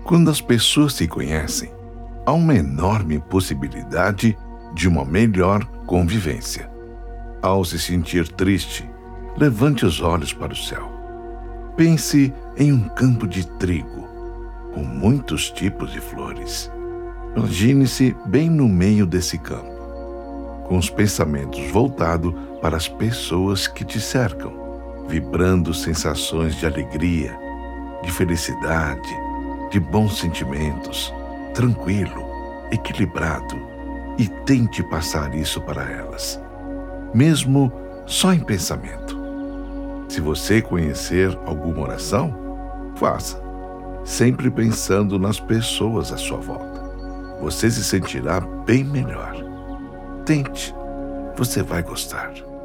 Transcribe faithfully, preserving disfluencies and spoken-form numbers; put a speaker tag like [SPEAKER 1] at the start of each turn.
[SPEAKER 1] Quando as pessoas se conhecem, há uma enorme possibilidade de uma melhor convivência. Ao se sentir triste, levante os olhos para o céu. Pense em um campo de trigo, com muitos tipos de flores. Imagine-se bem no meio desse campo, com os pensamentos voltados para as pessoas que te cercam, vibrando sensações de alegria, de felicidade, de bons sentimentos, tranquilo, equilibrado, e tente passar isso para elas, mesmo só em pensamento. Se você conhecer alguma oração, faça, sempre pensando nas pessoas à sua volta. Você se sentirá bem melhor. Tente, você vai gostar.